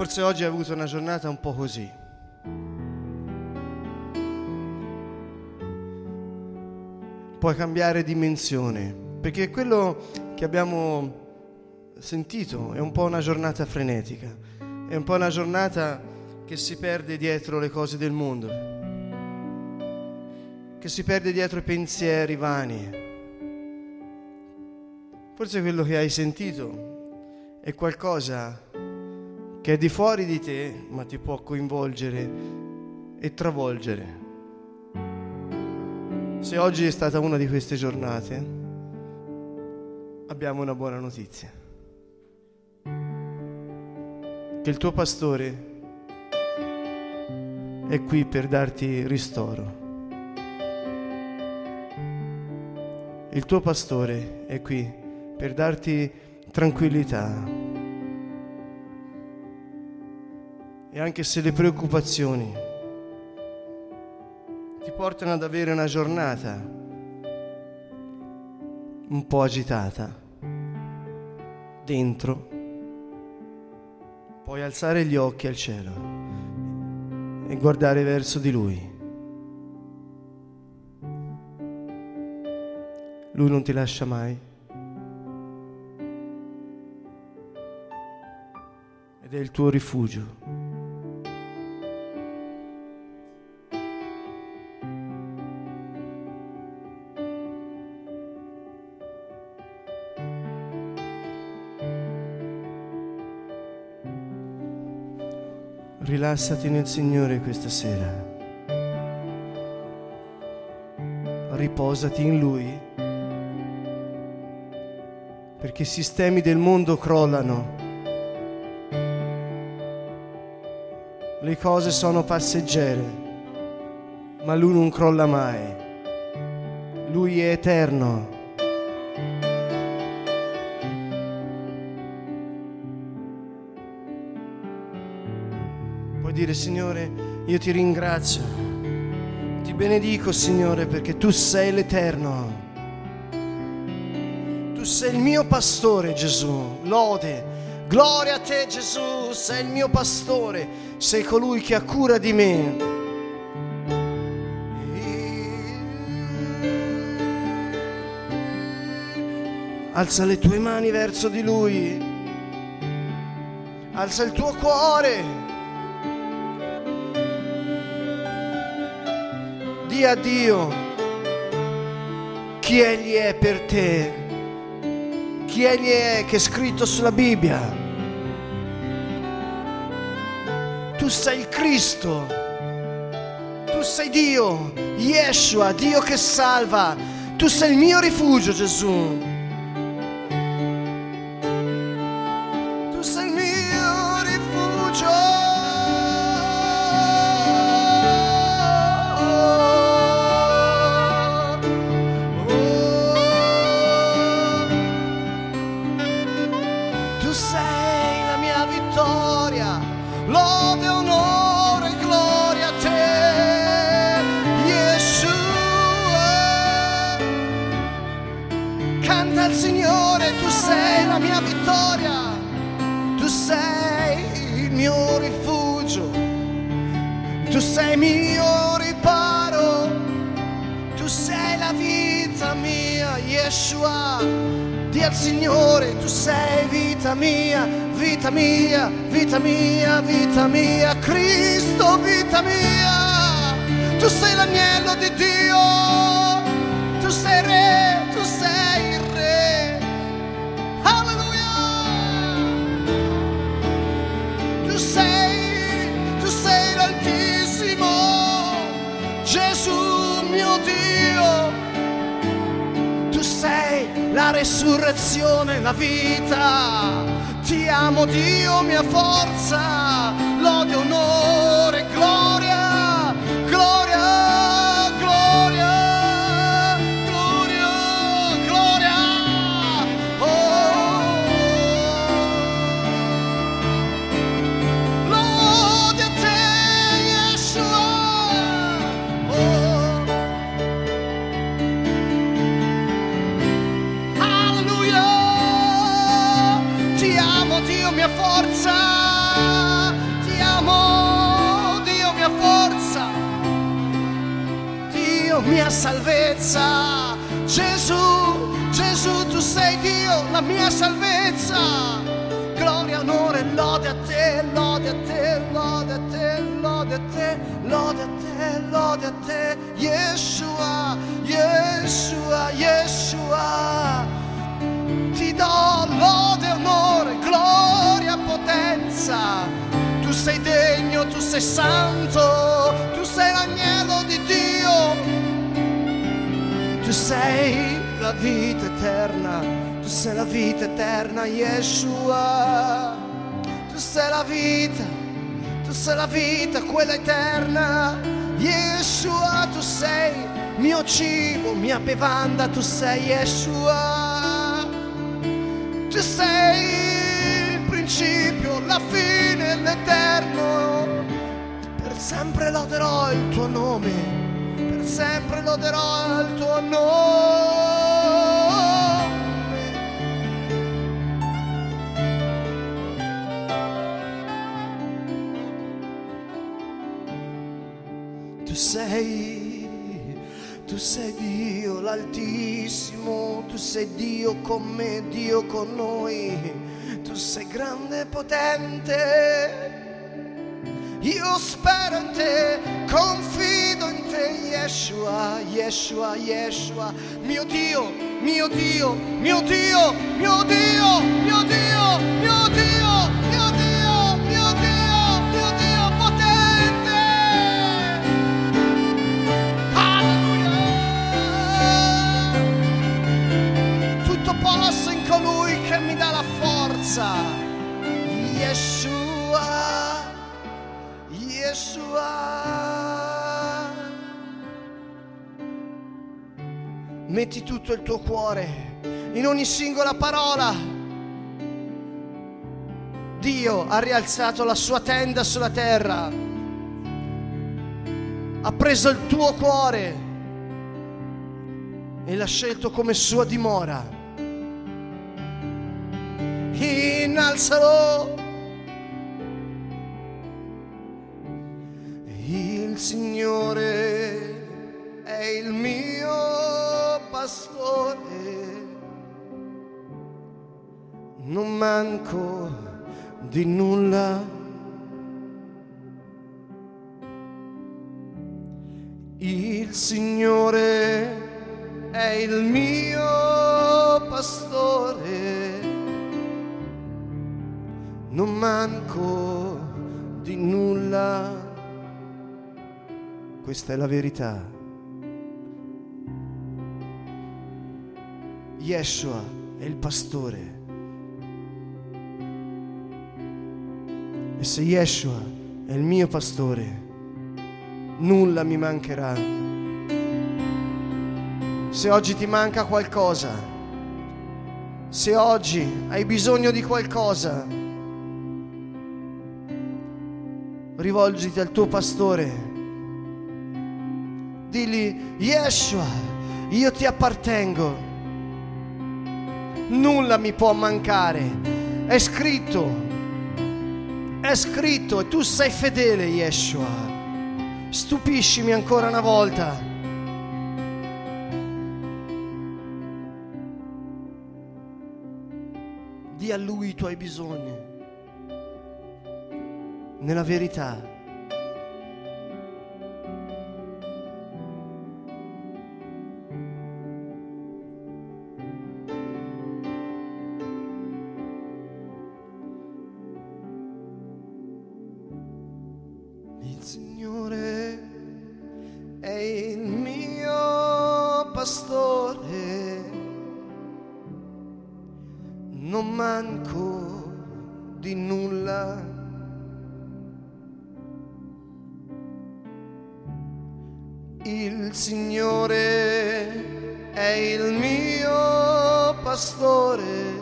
Forse oggi hai avuto una giornata un po' così. Puoi cambiare dimensione, perché quello che abbiamo sentito è un po' una giornata frenetica, è un po' una giornata che si perde dietro le cose del mondo, che si perde dietro i pensieri vani. Forse quello che hai sentito è qualcosa che è di fuori di te, ma ti può coinvolgere e travolgere. Se oggi è stata una di queste giornate, abbiamo una buona notizia: che il tuo pastore è qui per darti ristoro. Il tuo pastore è qui per darti tranquillità. E anche se le preoccupazioni ti portano ad avere una giornata un po' agitata dentro, puoi alzare gli occhi al cielo e guardare verso di Lui. Lui non ti lascia mai ed è il tuo rifugio. Rilassati nel Signore questa sera. Riposati in Lui, perché i sistemi del mondo crollano. Le cose sono passeggere, ma Lui non crolla mai. Lui è eterno. Puoi dire: Signore, io ti ringrazio, ti benedico, Signore, perché Tu sei l'Eterno. Tu sei il mio pastore, Gesù. Lode, gloria a Te, Gesù. Sei il mio pastore, sei colui che ha cura di me. Alza le tue mani verso di Lui, alza il tuo cuore. Dì a Dio chi Egli è per te, chi Egli è che è scritto sulla Bibbia. Tu sei il Cristo, tu sei Dio, Yeshua, Dio che salva. Tu sei il mio rifugio, Gesù. Tu sei il mio rifugio. Tu sei la mia vittoria, lode, onore e gloria a Te, Yeshua. Canta al Signore, Tu sei la mia vittoria, Tu sei il mio rifugio, Tu sei mio riparo, Tu sei la vita mia, Yeshua. Dì al Signore: Tu sei vita mia, vita mia, vita mia, vita mia, Cristo, vita mia. Tu sei l'agnello di Dio, Tu sei Re, Tu sei il Re. Alleluia. Tu sei l'Altissimo, Gesù mio Dio. Tu sei la resurrezione, la vita. Ti amo, Dio, mia forza. Lode, onore, gloria, gloria, gloria, gloria, gloria. Oh, lode a Te, Yeshua. Oh, alleluia. Ti amo, Dio, mia forza. mia salvezza. Gesù, Gesù, tu sei Dio, la mia salvezza. Gloria, onore, lode a te, lode a te, lode a te, lode a te, lode a te, lode a te. Yeshua, Yeshua, Yeshua. Ti do lode, onore, gloria, potenza. Tu sei degno, tu sei santo, tu sei l'agnello di Dio. Tu sei la vita eterna, tu sei la vita eterna, Yeshua. Tu sei la vita, quella eterna, Yeshua. Tu sei mio cibo, mia bevanda, tu sei Yeshua. Tu sei il principio, la fine, l'eterno. Per sempre loderò il tuo nome, per sempre loderò il tuo nome. Tu sei Dio l'Altissimo, tu sei Dio con me, Dio con noi. Tu sei grande e potente. Io spero in te, confido in te, Yeshua, Yeshua, Yeshua. Mio Dio, mio Dio, mio Dio, mio Dio, mio Dio, mio Dio, mio Dio, mio Dio, mio Dio potente. Alleluia. Tutto posso in colui che mi dà la forza. Yeshua. Yeshua. Metti tutto il tuo cuore in ogni singola parola. Dio ha rialzato la sua tenda sulla terra, ha preso il tuo cuore e l'ha scelto come sua dimora. Innalzalo. Il Signore è il mio pastore, non manco di nulla. Il Signore è il mio pastore, non manco di nulla. Questa è la verità. Yeshua è il pastore. E se Yeshua è il mio pastore, nulla mi mancherà. Se oggi ti manca qualcosa, se oggi hai bisogno di qualcosa, rivolgiti al tuo pastore. Digli: Yeshua, io ti appartengo, nulla mi può mancare, è scritto, e tu sei fedele, Yeshua. Stupiscimi ancora una volta. Di a Lui i tuoi bisogni, nella verità. Il Signore è il mio pastore, non manco di nulla. Il Signore è il mio pastore,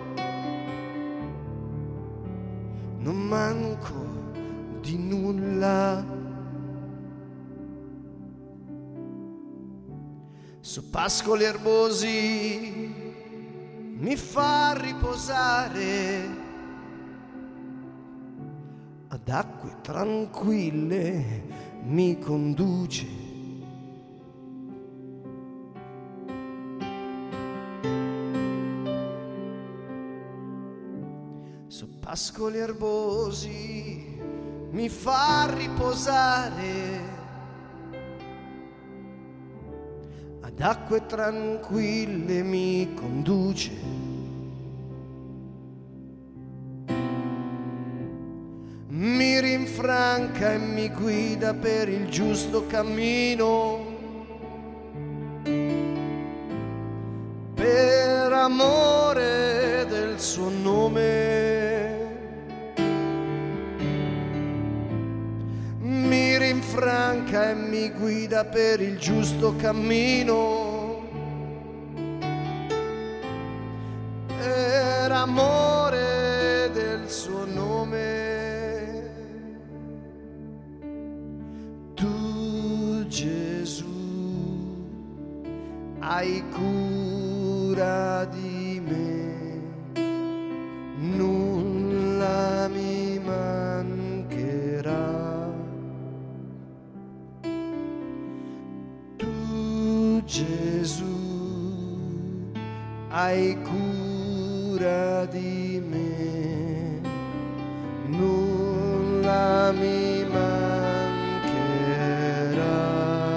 non manco di nulla. Su pascoli erbosi mi fa riposare, ad acque tranquille mi conduce. su pascoli erbosi mi fa riposare, ad acque tranquille mi conduce, mi rinfranca e mi guida per il giusto cammino, per amore del suo nome. Mi rinfranca e mi guida per il giusto cammino, per amore del suo nome. Tu, Gesù, hai cura di me, nulla mi mancherà. Tu, Gesù, hai cura di me, nulla mi mancherà.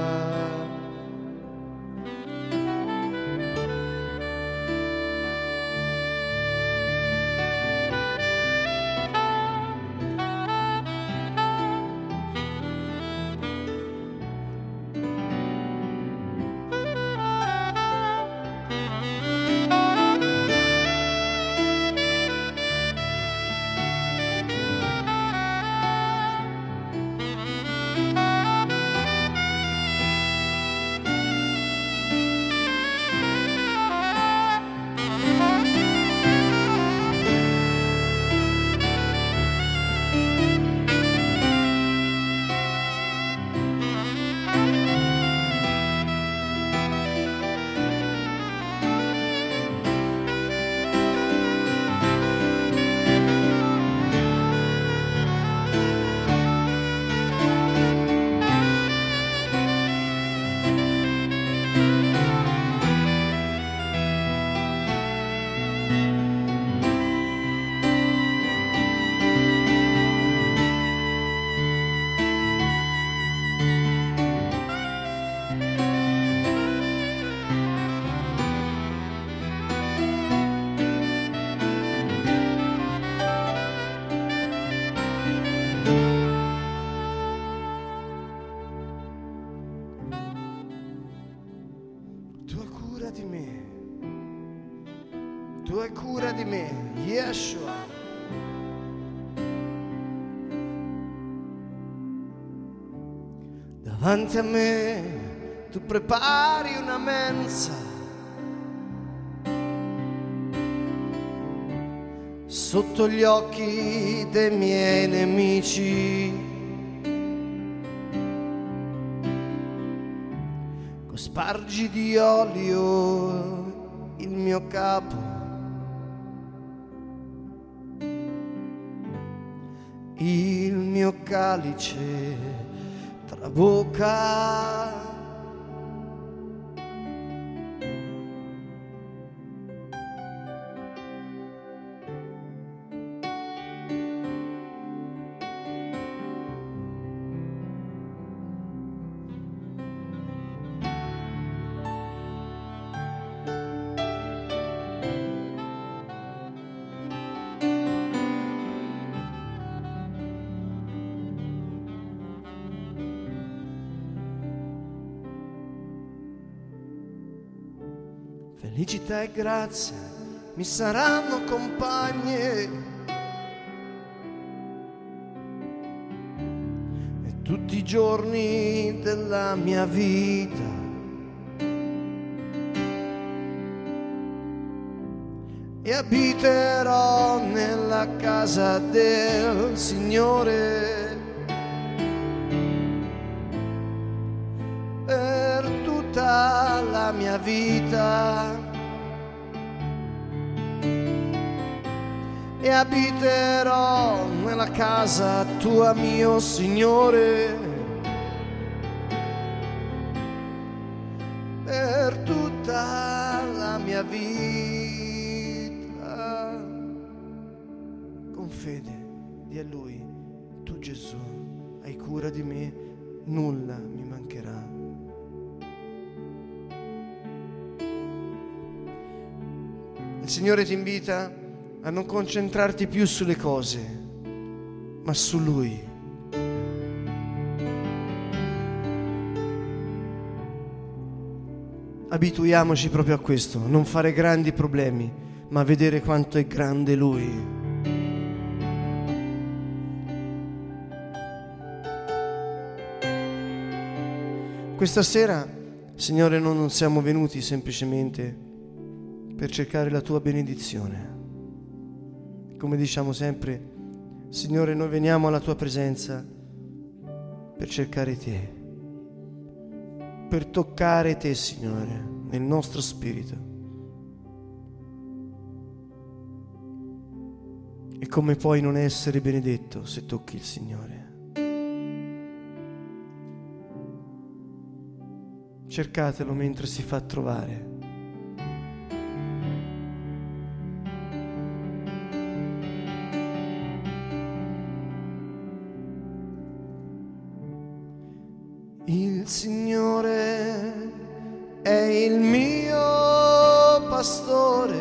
Di me, tu hai cura di me, Yeshua. Davanti a me tu prepari una mensa, sotto gli occhi dei miei nemici. Spargi di olio il mio capo, il mio calice trabocca. Felicità e grazia mi saranno compagne, e tutti i giorni della mia vita e abiterò nella casa del Signore per tutta la mia vita. E abiterò nella casa tua, mio Signore, per tutta la mia vita. fede, di a Lui: tu Gesù hai cura di me, nulla mi mancherà. Il Signore ti invita a non concentrarti più sulle cose, ma su Lui. Abituiamoci proprio a questo, non fare grandi problemi, ma vedere quanto è grande Lui. Questa sera, Signore, non siamo venuti semplicemente per cercare la Tua benedizione. Come diciamo sempre, Signore, noi veniamo alla Tua presenza per cercare Te, per toccare Te, Signore, nel nostro spirito. E come puoi non essere benedetto se tocchi il Signore? Cercatelo mentre si fa trovare. Il Signore è il mio pastore,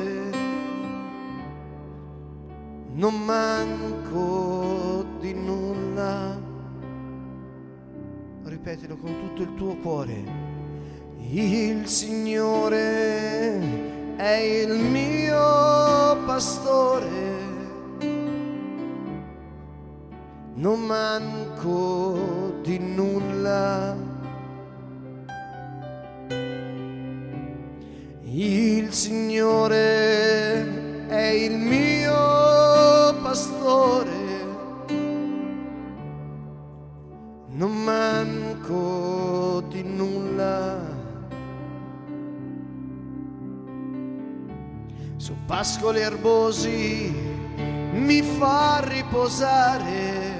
non manco di nulla. Ripetilo con tutto il tuo cuore. Il Signore è il mio pastore, non manco di nulla. Il Signore è il mio pastore, non manco di nulla. Su pascoli erbosi mi fa riposare,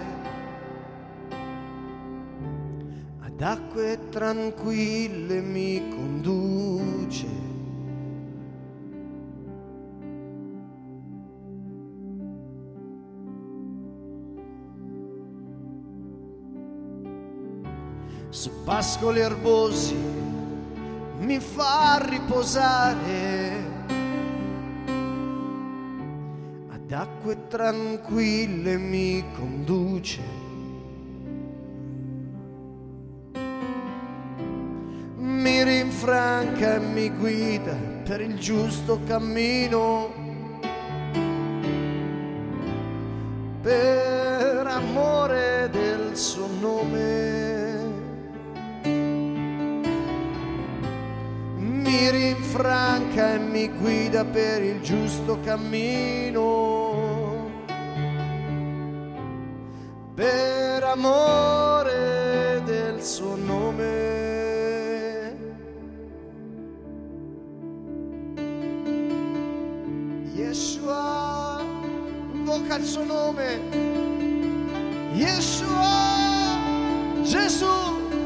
ad acque tranquille mi conduce. Su pascoli erbosi mi fa riposare, ad acque tranquille mi conduce. Mi rinfranca e mi guida per il giusto cammino, per amore del suo nome. Mi rinfranca e mi guida per il giusto cammino, per amore del suo nome. Yeshua, invoca il suo nome. Yeshua, Gesù.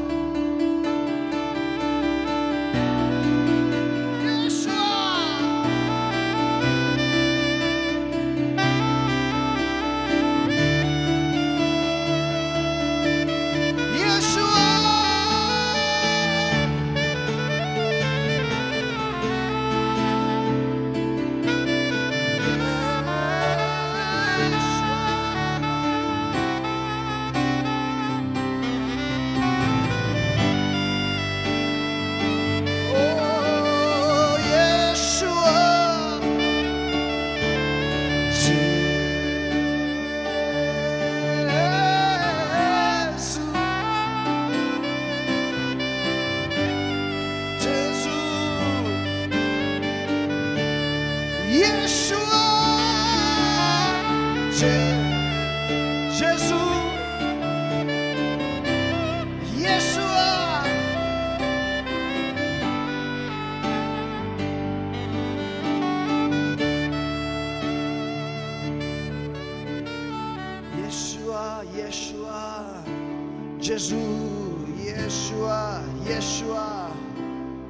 Gesù, Yeshua, Yeshua,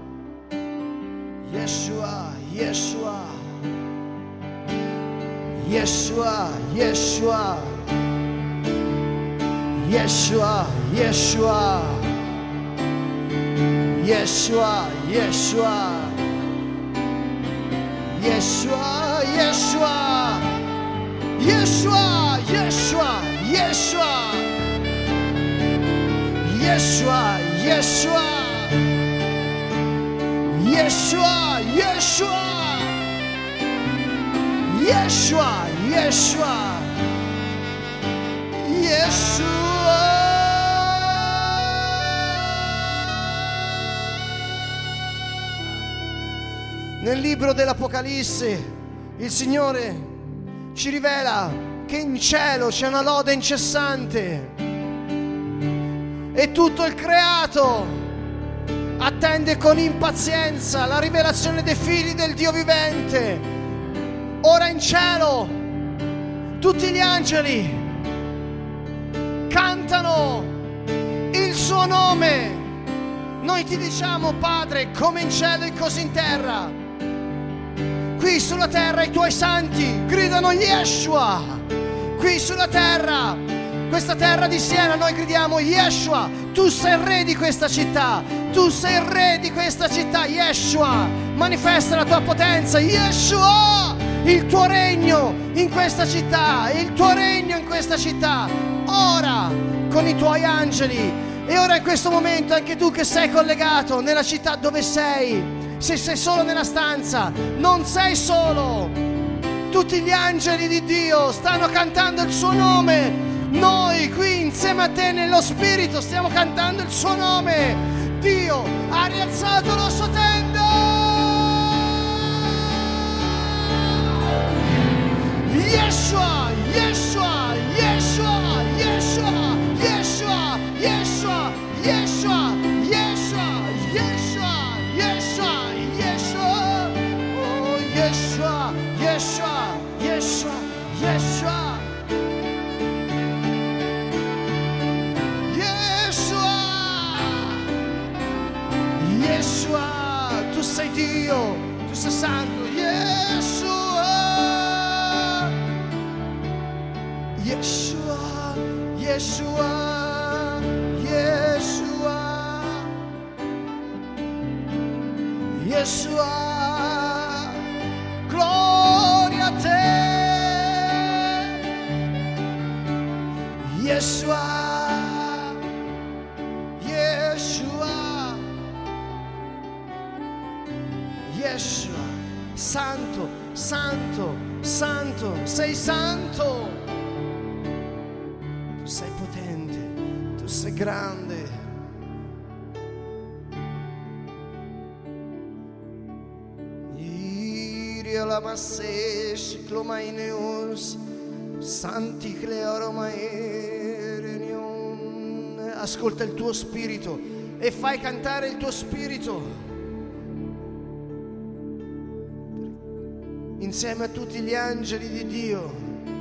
Yeshua, Yeshua, Yeshua, Yeshua, Yeshua, Yeshua, Yeshua, Yeshua, Yeshua, Yeshua, Yeshua, Yeshua, Yeshua, Yeshua, Yeshua, Yeshua, Yeshua, Yeshua, Yeshua, Yeshua. Nel libro dell'Apocalisse il Signore ci rivela che in cielo c'è una lode incessante e tutto il creato attende con impazienza la rivelazione dei figli del Dio vivente. Ora in cielo tutti gli angeli cantano il suo nome. Noi ti diciamo, Padre, come in cielo e così in terra. Qui sulla terra i tuoi santi gridano Yeshua. Qui sulla terra, questa terra di Siena, noi gridiamo Yeshua. Tu sei il re di questa città. Tu sei il re di questa città, Yeshua. Manifesta la tua potenza, Yeshua. Il tuo regno in questa città, il tuo regno in questa città. Ora con i tuoi angeli. E ora in questo momento anche tu che sei collegato nella città dove sei. Se sei solo nella stanza, non sei solo. Tutti gli angeli di Dio stanno cantando il suo nome. Noi qui insieme a te nello Spirito stiamo cantando il suo nome. Dio ha rialzato lo suo tenda. Yeshua, Yeshua, Yeshua, Yeshua, Yeshua, Yeshua, Yeshua, Yeshua, Yeshua, Yeshua, Yeshua, oh Yeshua, Yeshua, Yeshua, Yeshua, Yeshua, Yeshua, tu sei Dio, tu sei santo, Yeshua, Yeshua, Yeshua, Yeshua, Yeshua, gloria a te, Yeshua, Yeshua, Yeshua, santo, santo, santo, sei santo. Tu sei potente, tu sei grande. Iria la massesh clomaineus santi cleoromaerenion. Ascolta il tuo spirito e fai cantare il tuo spirito insieme a tutti gli angeli di Dio.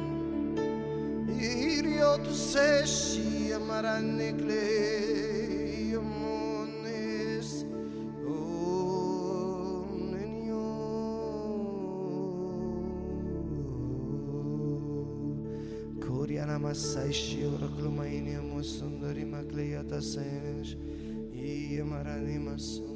Irio tu seshi amaranne cleiomones o nenio Koriana masai shiora clumaini musundari macleata sesh I amarani masu